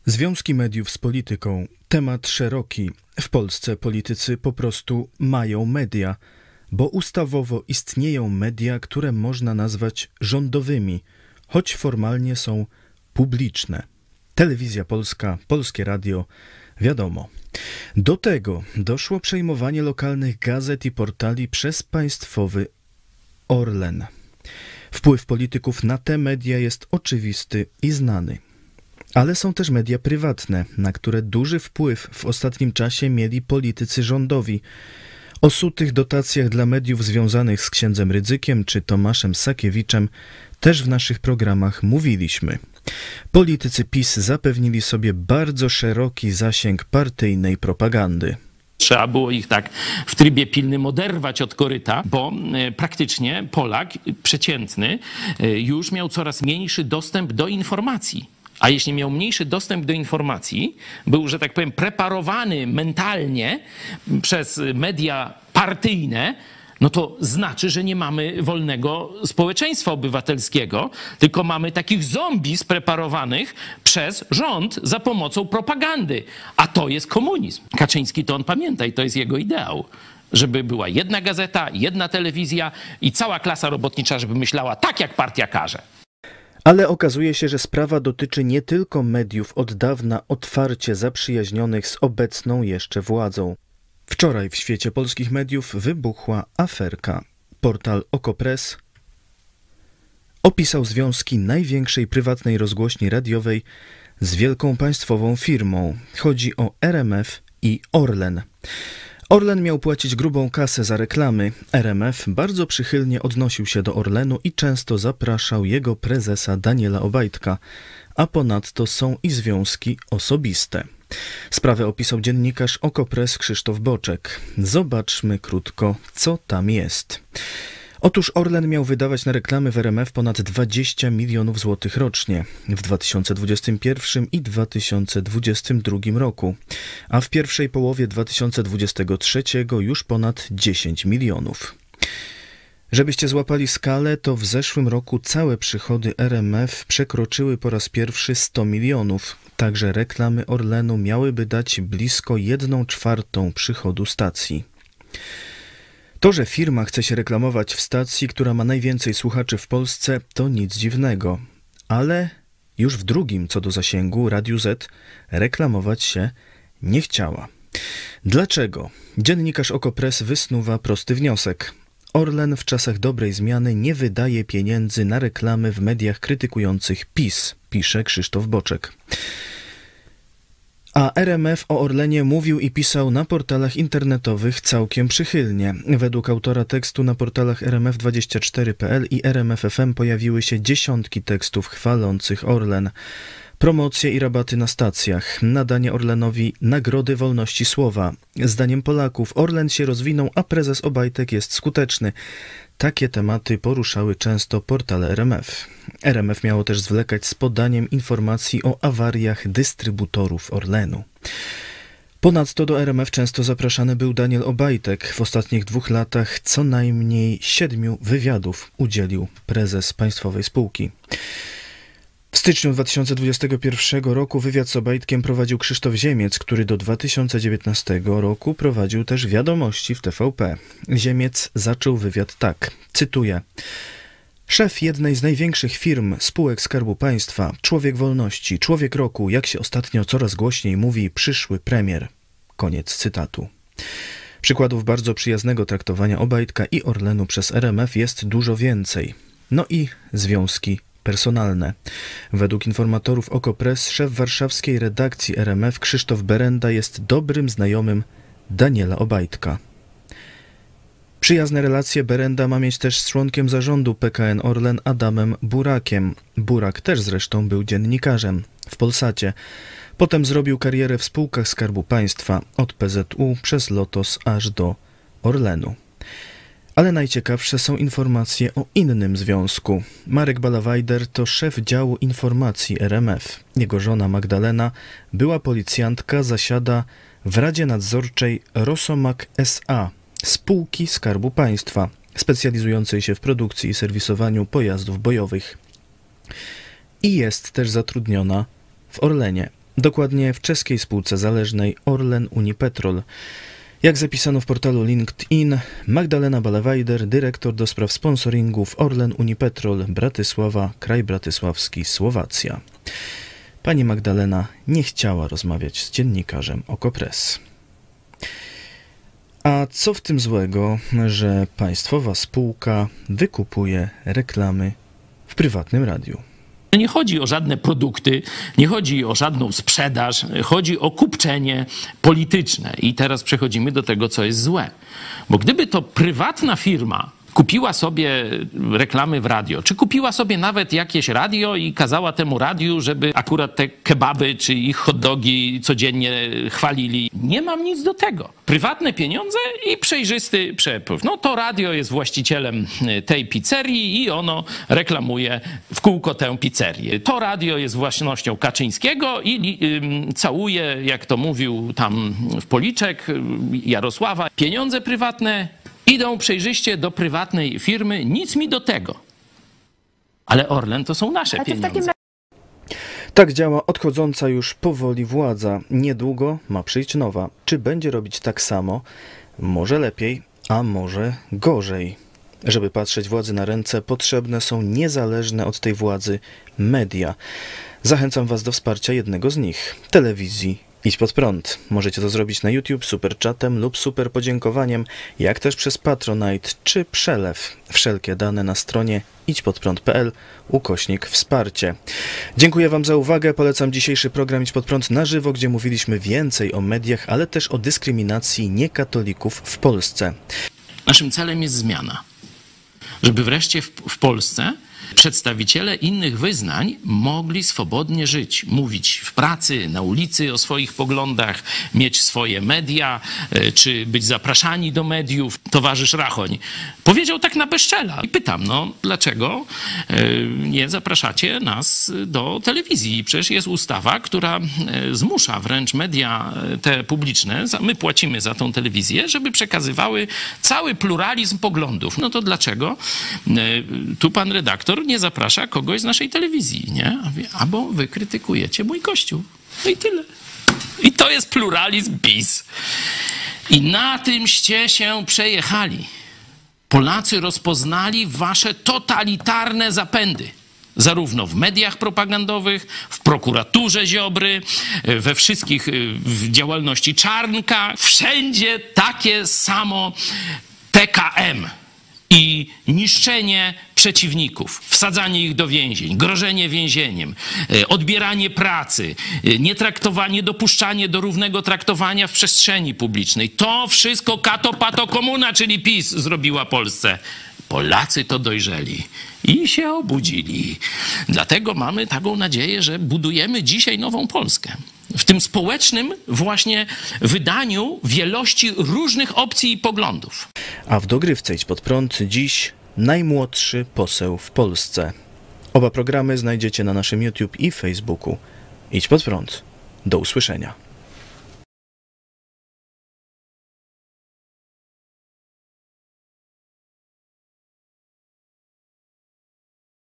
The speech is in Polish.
Związki mediów z polityką. Temat szeroki. W Polsce politycy po prostu mają media, bo ustawowo istnieją media, które można nazwać rządowymi, choć formalnie są publiczne. Telewizja Polska, Polskie Radio, wiadomo. Do tego doszło przejmowanie lokalnych gazet i portali przez państwowy Orlen. Wpływ polityków na te media jest oczywisty i znany. Ale są też media prywatne, na które duży wpływ w ostatnim czasie mieli politycy rządowi. O sutych dotacjach dla mediów związanych z księdzem Rydzykiem czy Tomaszem Sakiewiczem też w naszych programach mówiliśmy. Politycy PiS zapewnili sobie bardzo szeroki zasięg partyjnej propagandy. Trzeba było ich tak w trybie pilnym oderwać od koryta, bo praktycznie Polak przeciętny już miał coraz mniejszy dostęp do informacji. A jeśli miał mniejszy dostęp do informacji, był, że tak powiem, preparowany mentalnie przez media partyjne, no to znaczy, że nie mamy wolnego społeczeństwa obywatelskiego, tylko mamy takich zombie spreparowanych przez rząd za pomocą propagandy. A to jest komunizm. Kaczyński to on pamięta i to jest jego ideał. Żeby była jedna gazeta, jedna telewizja i cała klasa robotnicza, żeby myślała tak, jak partia każe. Ale okazuje się, że sprawa dotyczy nie tylko mediów od dawna otwarcie zaprzyjaźnionych z obecną jeszcze władzą. Wczoraj w świecie polskich mediów wybuchła aferka. Portal Okopres opisał związki największej prywatnej rozgłośni radiowej z wielką państwową firmą. Chodzi o RMF i Orlen. Orlen miał płacić grubą kasę za reklamy. RMF bardzo przychylnie odnosił się do Orlenu i często zapraszał jego prezesa Daniela Obajtka, a ponadto są i związki osobiste. Sprawę opisał dziennikarz Okopres Krzysztof Boczek. Zobaczmy krótko, co tam jest. Otóż Orlen miał wydawać na reklamy w RMF ponad 20 milionów złotych rocznie w 2021 i 2022 roku, a w pierwszej połowie 2023 już ponad 10 milionów. Żebyście złapali skalę, to w zeszłym roku całe przychody RMF przekroczyły po raz pierwszy 100 milionów. Także reklamy Orlenu miałyby dać blisko 1/4 przychodu stacji. To, że firma chce się reklamować w stacji, która ma najwięcej słuchaczy w Polsce, to nic dziwnego. Ale już w drugim co do zasięgu, Radiu Z, reklamować się nie chciała. Dlaczego? Dziennikarz Okopres wysnuwa prosty wniosek. Orlen w czasach dobrej zmiany nie wydaje pieniędzy na reklamy w mediach krytykujących PiS, pisze Krzysztof Boczek. A RMF o Orlenie mówił i pisał na portalach internetowych całkiem przychylnie. Według autora tekstu na portalach rmf24.pl i RMF.fm pojawiły się dziesiątki tekstów chwalących Orlen. Promocje i rabaty na stacjach, nadanie Orlenowi Nagrody Wolności Słowa. Zdaniem Polaków Orlen się rozwinął, a prezes Obajtek jest skuteczny. Takie tematy poruszały często portale RMF. RMF miało też zwlekać z podaniem informacji o awariach dystrybutorów Orlenu. Ponadto do RMF często zapraszany był Daniel Obajtek. W ostatnich 2 latach co najmniej 7 wywiadów udzielił prezes państwowej spółki. W styczniu 2021 roku wywiad z Obajtkiem prowadził Krzysztof Ziemiec, który do 2019 roku prowadził też Wiadomości w TVP. Ziemiec zaczął wywiad tak, cytuję: szef jednej z największych firm spółek Skarbu Państwa, człowiek wolności, człowiek roku, jak się ostatnio coraz głośniej mówi, przyszły premier. Koniec cytatu. Przykładów bardzo przyjaznego traktowania Obajtka i Orlenu przez RMF jest dużo więcej. No i związki personalne. Według informatorów Okopres szef warszawskiej redakcji RMF Krzysztof Berenda jest dobrym znajomym Daniela Obajtka. Przyjazne relacje Berenda ma mieć też z członkiem zarządu PKN Orlen Adamem Burakiem. Burak też zresztą był dziennikarzem w Polsacie. Potem zrobił karierę w spółkach Skarbu Państwa, od PZU przez Lotos aż do Orlenu. Ale najciekawsze są informacje o innym związku. Marek Ballawajder to szef działu informacji RMF. Jego żona Magdalena, była policjantka, zasiada w Radzie Nadzorczej Rosomak S.A., spółki Skarbu Państwa, specjalizującej się w produkcji i serwisowaniu pojazdów bojowych. I jest też zatrudniona w Orlenie. Dokładnie w czeskiej spółce zależnej Orlen Unipetrol. Jak zapisano w portalu LinkedIn, Magdalena Ballewajder, dyrektor do spraw sponsoringu w Orlen Unipetrol, Bratysława, kraj bratysławski, Słowacja. Pani Magdalena nie chciała rozmawiać z dziennikarzem Okopres. A co w tym złego, że państwowa spółka wykupuje reklamy w prywatnym radiu? Nie chodzi o żadne produkty, nie chodzi o żadną sprzedaż, chodzi o kupczenie polityczne. I teraz przechodzimy do tego, co jest złe. Bo gdyby to prywatna firma kupiła sobie reklamy w radio, czy kupiła sobie nawet jakieś radio i kazała temu radiu, żeby akurat te kebaby czy ich hot dogi codziennie chwalili. Nie mam nic do tego. Prywatne pieniądze i przejrzysty przepływ. No to radio jest właścicielem tej pizzerii i ono reklamuje w kółko tę pizzerię. To radio jest własnością Kaczyńskiego i całuje, jak to mówił tam w policzek Jarosława, pieniądze prywatne idą przejrzyście do prywatnej firmy, nic mi do tego. Ale Orlen to są nasze pieniądze. Tak działa odchodząca już powoli władza. Niedługo ma przyjść nowa. Czy będzie robić tak samo? Może lepiej, a może gorzej. Żeby patrzeć władzy na ręce, potrzebne są niezależne od tej władzy media. Zachęcam Was do wsparcia jednego z nich, telewizji Idź Pod Prąd. Możecie to zrobić na YouTube super czatem lub super podziękowaniem, jak też przez Patronite czy przelew. Wszelkie dane na stronie idźpodprąd.pl/wsparcie. Dziękuję Wam za uwagę. Polecam dzisiejszy program Idź Pod Prąd na żywo, gdzie mówiliśmy więcej o mediach, ale też o dyskryminacji niekatolików w Polsce. Naszym celem jest zmiana. Żeby wreszcie w Polsce przedstawiciele innych wyznań mogli swobodnie żyć, mówić w pracy, na ulicy o swoich poglądach, mieć swoje media, czy być zapraszani do mediów. Towarzysz Rachoń powiedział tak na bezczela. I pytam, dlaczego nie zapraszacie nas do telewizji? Przecież jest ustawa, która zmusza wręcz media te publiczne, my płacimy za tą telewizję, żeby przekazywały cały pluralizm poglądów. No to dlaczego tu pan redaktor nie zaprasza kogoś z naszej telewizji, nie? Albo wy krytykujecie mój Kościół. No i tyle. I to jest pluralizm PiS. I na tymście się przejechali. Polacy rozpoznali wasze totalitarne zapędy. Zarówno w mediach propagandowych, w prokuraturze Ziobry, we wszystkich, w działalności Czarnka. Wszędzie takie samo PKM. I niszczenie przeciwników, wsadzanie ich do więzień, grożenie więzieniem, odbieranie pracy, niedopuszczanie do równego traktowania w przestrzeni publicznej. To wszystko kato pato komuna, czyli PiS, zrobiła Polsce. Polacy to dojrzeli i się obudzili. Dlatego mamy taką nadzieję, że budujemy dzisiaj nową Polskę. W tym społecznym właśnie wydaniu wielości różnych opcji i poglądów. A w dogrywce Idź Pod Prąd dziś najmłodszy poseł w Polsce. Oba programy znajdziecie na naszym YouTube i Facebooku. Idź Pod Prąd. Do usłyszenia.